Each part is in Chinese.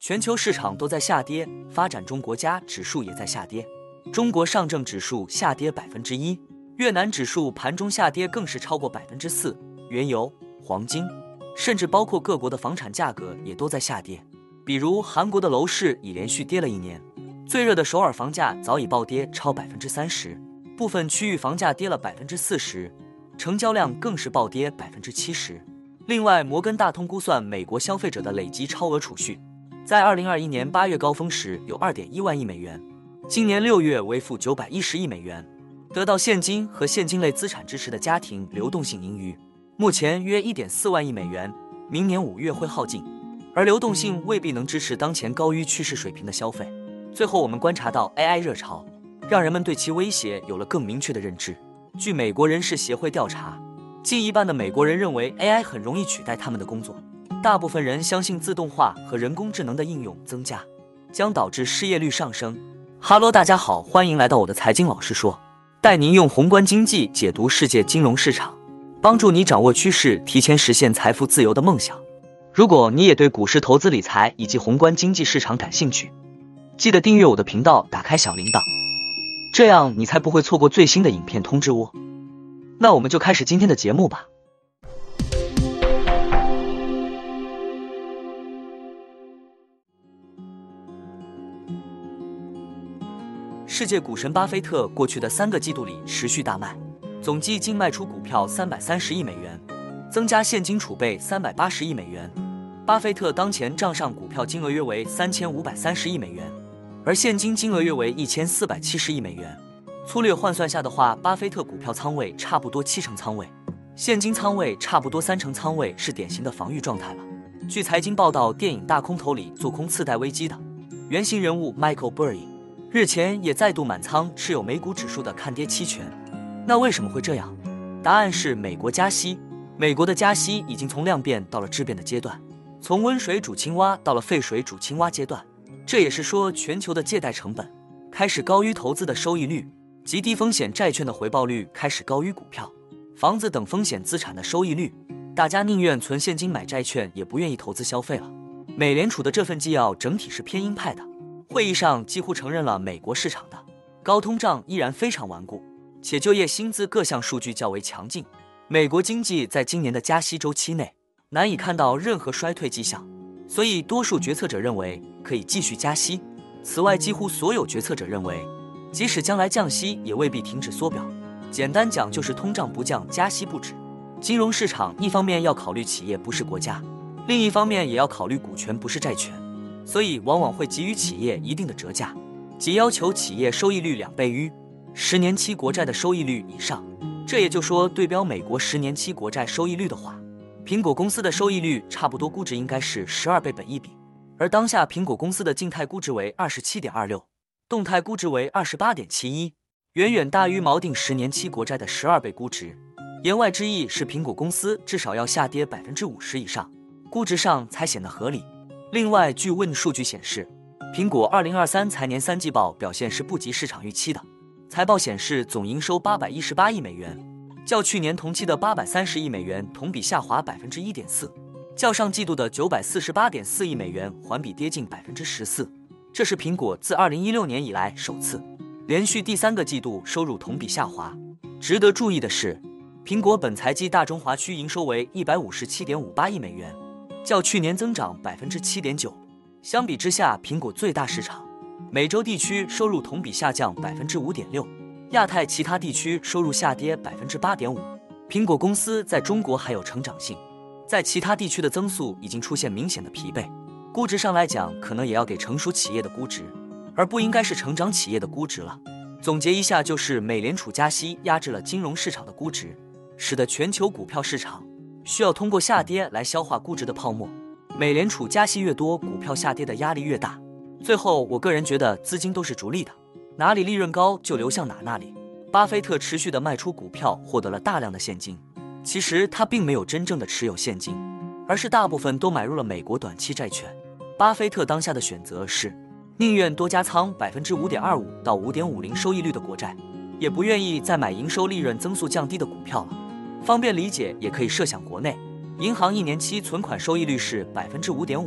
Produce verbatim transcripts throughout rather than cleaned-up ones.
全球市场都在下跌，发展中国家指数也在下跌。中国上证指数下跌百分之一，越南指数盘中下跌更是超过百分之四。原油、黄金，甚至包括各国的房产价格也都在下跌。比如韩国的楼市已连续跌了一年，最热的首尔房价早已暴跌超百分之三十，部分区域房价跌了百分之四十，成交量更是暴跌百分之七十。另外，摩根大通估算美国消费者的累积超额储蓄，在二零二一年八月高峰时有 二点一万亿美元，今年六月为负九百一十亿美元。得到现金和现金类资产支持的家庭流动性盈余目前约 一点四万亿美元，明年五月会耗尽，而流动性未必能支持当前高于趋势水平的消费。最后，我们观察到 A I 热潮让人们对其威胁有了更明确的认知。据美国人事协会调查，近一半的美国人认为 A I 很容易取代他们的工作，大部分人相信自动化和人工智能的应用增加将导致失业率上升。哈喽，大家好，欢迎来到我的财经老师说，带您用宏观经济解读世界金融市场，帮助你掌握趋势，提前实现财富自由的梦想。如果你也对股市投资理财以及宏观经济市场感兴趣，记得订阅我的频道，打开小铃铛，这样你才不会错过最新的影片通知哦。那我们就开始今天的节目吧。世界股神巴菲特过去的三个季度里持续大卖，总计净卖出股票三百三十亿美元，增加现金储备三百八十亿美元。巴菲特当前账上股票金额约为三千五百三十亿美元，而现金金额约为一千四百七十亿美元。粗略换算下的话，巴菲特股票仓位差不多七成仓位，现金仓位差不多三成仓位，是典型的防御状态了。据财经报道，电影《大空头》里做空次贷危机的原型人物 Michael Burry 日前也再度满仓持有美股指数的看跌期权。那为什么会这样？答案是美国加息。美国的加息已经从量变到了质变的阶段，从温水煮青蛙到了沸水煮青蛙阶段。这也是说，全球的借贷成本开始高于投资的收益率，及低风险债券的回报率开始高于股票、房子等风险资产的收益率。大家宁愿存现金买债券，也不愿意投资消费了。美联储的这份纪要整体是偏鹰派的，会议上几乎承认了美国市场的高通胀依然非常顽固，且就业薪资各项数据较为强劲。美国经济在今年的加息周期内难以看到任何衰退迹象，所以多数决策者认为可以继续加息。此外，几乎所有决策者认为，即使将来降息，也未必停止缩表。简单讲，就是通胀不降，加息不止。金融市场一方面要考虑企业不是国家，另一方面也要考虑股权不是债权，所以往往会给予企业一定的折价，即要求企业收益率两倍于十年期国债的收益率以上。这也就是说，对标美国十年期国债收益率的话，苹果公司的收益率差不多估值应该是十二倍本益比，而当下苹果公司的静态估值为 二十七点二六， 动态估值为 二十八点七一， 远远大于锚定十年期国债的十二倍估值。言外之意是，苹果公司至少要下跌 百分之五十 以上，估值上才显得合理。另外，据 Wind 数据显示，苹果二零二三财年三季报表现是不及市场预期的。财报显示，总营收八百一十八亿美元，较去年同期的八百三十亿美元同比下滑 百分之一点四， 较上季度的九百四十八点四亿美元环比跌近 百分之十四。 这是苹果自二零一六年以来首次连续第三个季度收入同比下滑。值得注意的是，苹果本财季大中华区营收为 一百五十七点五八亿美元，较去年增长 百分之七点九。 相比之下，苹果最大市场美洲地区收入同比下降 百分之五点六， 亚太其他地区收入下跌 百分之八点五。 苹果公司在中国还有成长性，在其他地区的增速已经出现明显的疲惫。估值上来讲，可能也要给成熟企业的估值，而不应该是成长企业的估值了。总结一下，就是美联储加息压制了金融市场的估值，使得全球股票市场需要通过下跌来消化估值的泡沫。美联储加息越多，股票下跌的压力越大。最后，我个人觉得资金都是逐利的，哪里利润高就流向哪那里。巴菲特持续的卖出股票，获得了大量的现金。其实他并没有真正的持有现金，而是大部分都买入了美国短期债券。巴菲特当下的选择是，宁愿多加仓 百分之五点二五 到 五点五零 收益率的国债，也不愿意再买营收利润增速降低的股票了。方便理解，也可以设想国内银行一年期存款收益率是 百分之五点五，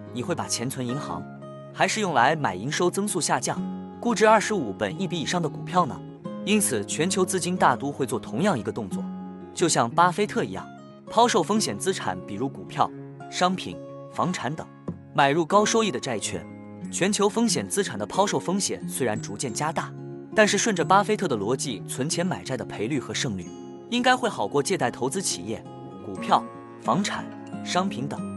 你会把钱存银行，还是用来买营收增速下降、估值二十五本益比以上的股票呢？因此，全球资金大都会做同样一个动作，就像巴菲特一样，抛售风险资产，比如股票、商品、房产等，买入高收益的债券。全球风险资产的抛售风险虽然逐渐加大，但是顺着巴菲特的逻辑，存钱买债的赔率和胜率应该会好过借贷投资企业、股票、房产、商品等。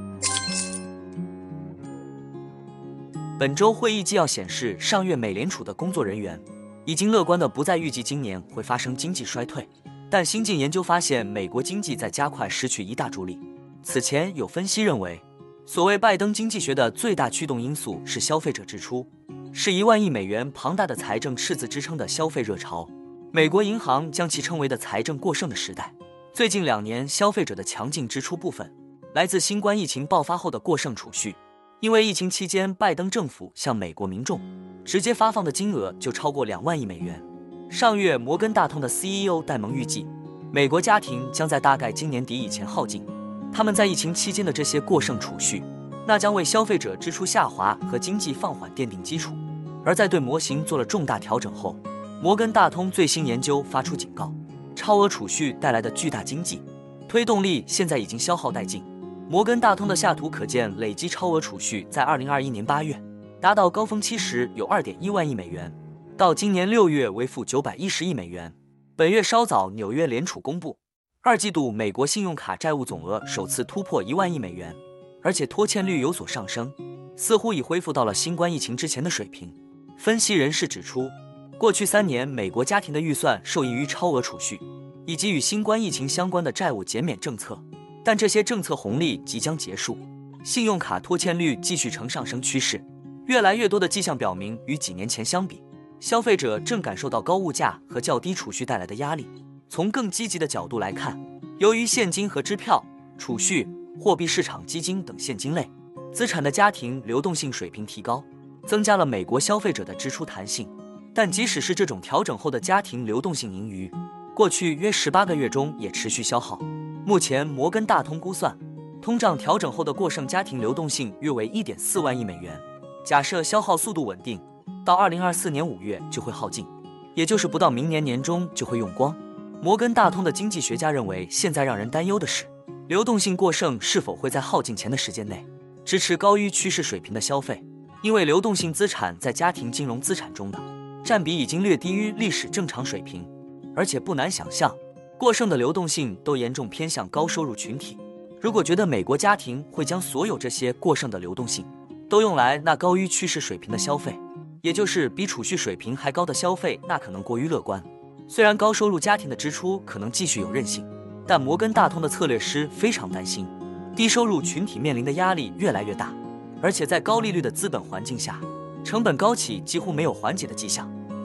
本周会议纪要显示，上月美联储的工作人员已经乐观地不再预计今年会发生经济衰退，但新近研究发现，美国经济在加快失去一大助力。此前有分析认为，所谓拜登经济学的最大驱动因素是消费者支出，是一万亿美元庞大的财政赤字支撑的消费热潮。美国银行将其称为的财政过剩的时代。最近两年消费者的强劲支出部分来自新冠疫情爆发后的过剩储蓄，因为疫情期间拜登政府向美国民众直接发放的金额就超过两万亿美元。上月摩根大通的 C E O 戴蒙预计，美国家庭将在大概今年底以前耗尽他们在疫情期间的这些过剩储蓄，那将为消费者支出下滑和经济放缓奠定基础。而在对模型做了重大调整后，摩根大通最新研究发出警告，超额储蓄带来的巨大经济推动力现在已经消耗殆尽。摩根大通的下图可见，累积超额储蓄在二零二一年八月达到高峰期时有 二点一万亿美元，到今年六月为负九百一十亿美元。本月稍早，纽约联储公布二季度美国信用卡债务总额首次突破一万亿美元，而且拖欠率有所上升，似乎已恢复到了新冠疫情之前的水平。分析人士指出，过去三年美国家庭的预算受益于超额储蓄以及与新冠疫情相关的债务减免政策，但这些政策红利即将结束，信用卡拖欠率继续呈上升趋势。越来越多的迹象表明，与几年前相比，消费者正感受到高物价和较低储蓄带来的压力。从更积极的角度来看，由于现金和支票、储蓄、货币市场基金等现金类资产的家庭流动性水平提高，增加了美国消费者的支出弹性。但即使是这种调整后的家庭流动性盈余，过去约十八个月中也持续消耗。目前摩根大通估算，通胀调整后的过剩家庭流动性约为 一点四万亿美元。假设消耗速度稳定，到二零二四年五月就会耗尽，也就是不到明年年中就会用光。摩根大通的经济学家认为，现在让人担忧的是，流动性过剩是否会在耗尽前的时间内支持高于趋势水平的消费，因为流动性资产在家庭金融资产中的占比已经略低于历史正常水平，而且不难想象，过剩的流动性都严重偏向高收入群体。如果觉得美国家庭会将所有这些过剩的流动性都用来那高于趋势水平的消费，也就是比储蓄水平还高的消费，那可能过于乐观。虽然高收入家庭的支出可能继续有韧性，但摩根大通的策略师非常担心，低收入群体面临的压力越来越大，而且在高利率的资本环境下，成本高企几乎没有缓解的迹象。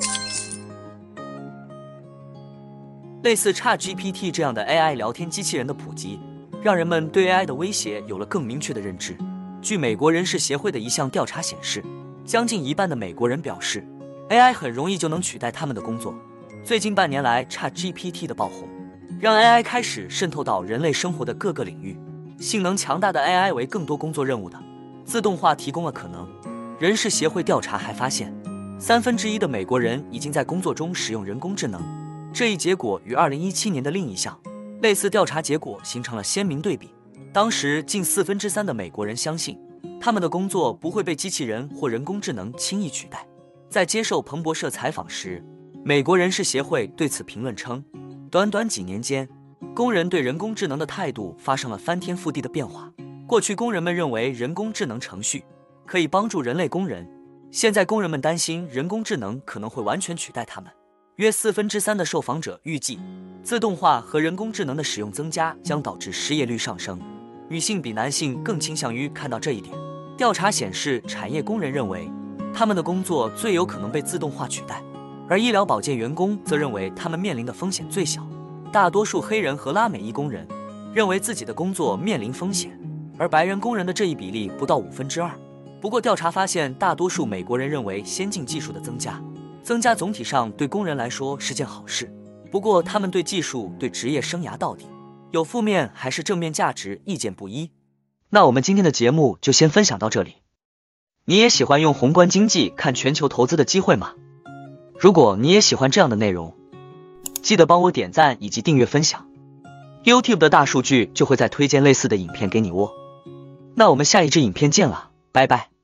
类似 ChatGPT 这样的 A I 聊天机器人的普及，让人们对 A I 的威胁有了更明确的认知。据美国人事协会的一项调查显示，将近一半的美国人表示 A I 很容易就能取代他们的工作。最近半年来 ChatGPT 的爆红，让 A I 开始渗透到人类生活的各个领域。性能强大的 A I 为更多工作任务的自动化提供了可能。人事协会调查还发现，三分之一的美国人已经在工作中使用人工智能。这一结果与二零一七年的另一项类似调查结果形成了鲜明对比。当时近四分之三的美国人相信，他们的工作不会被机器人或人工智能轻易取代。在接受彭博社采访时，美国人事协会对此评论称，短短几年间，工人对人工智能的态度发生了翻天覆地的变化。过去工人们认为人工智能程序可以帮助人类工人，现在工人们担心人工智能可能会完全取代他们。约四分之三的受访者预计，自动化和人工智能的使用增加将导致失业率上升。女性比男性更倾向于看到这一点。调查显示，产业工人认为他们的工作最有可能被自动化取代，而医疗保健员工则认为他们面临的风险最小。大多数黑人和拉美裔工人认为自己的工作面临风险，而白人工人的这一比例不到五分之二。不过，调查发现，大多数美国人认为先进技术的增加，增加总体上对工人来说是件好事。不过，他们对技术对职业生涯到底有负面还是正面价值意见不一。 那我们今天的节目就先分享到这里。你也喜欢用宏观经济看全球投资的机会吗？如果你也喜欢这样的内容，记得帮我点赞以及订阅分享， YouTube 的大数据就会再推荐类似的影片给你哦。那我们下一支影片见了，拜拜。